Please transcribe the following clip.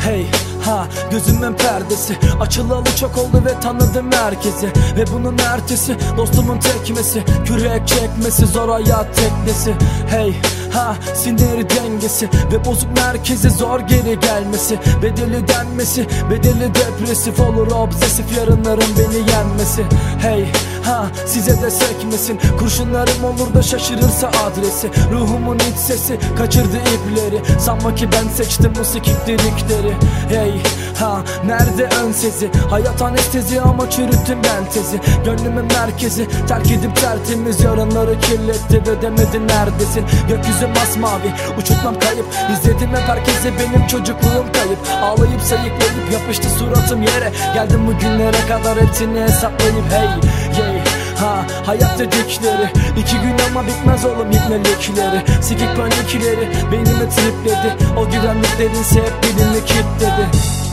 Hey ha, gözümün perdesi açılalı çok oldu ve tanıdım herkesi. Ve bunun ertesi dostumun tekmesi, kürek çekmesi, zor hayat teknesi. Hey ha, sinir dengesi ve bozuk merkezi, zor geri gelmesi. Bedeli denmesi, bedeli depresif olur, obsesif yarınların beni yenmesi. Hey ha, size de sekmesin, kurşunlarım olur da şaşırırsa adresi. Ruhumun iç sesi kaçırdı ipleri, sanma ki ben seçtim bu sikik dedikleri. Hey ha, nerede ön sezi, hayat anestezi ama çürüttüm ben tezi. Gönlümün merkezi terk edip tertemiz yarınları kirletti ve demedi neredesin. Gökyüzü masmavi, uçurtmam kayıp, izledim hep herkese, benim çocukluğum kayıp. Ağlayıp sayıklayıp yapıştı suratım yere, geldim bugünlere kadar hepsini hesaplayıp. Hey hey ha, hayat dedikleri 2 gün ama bitmez oğlum ipnelikleri. Sikik panikleri beynime tripledi, o güvenliklerin hep dilini kilitledi.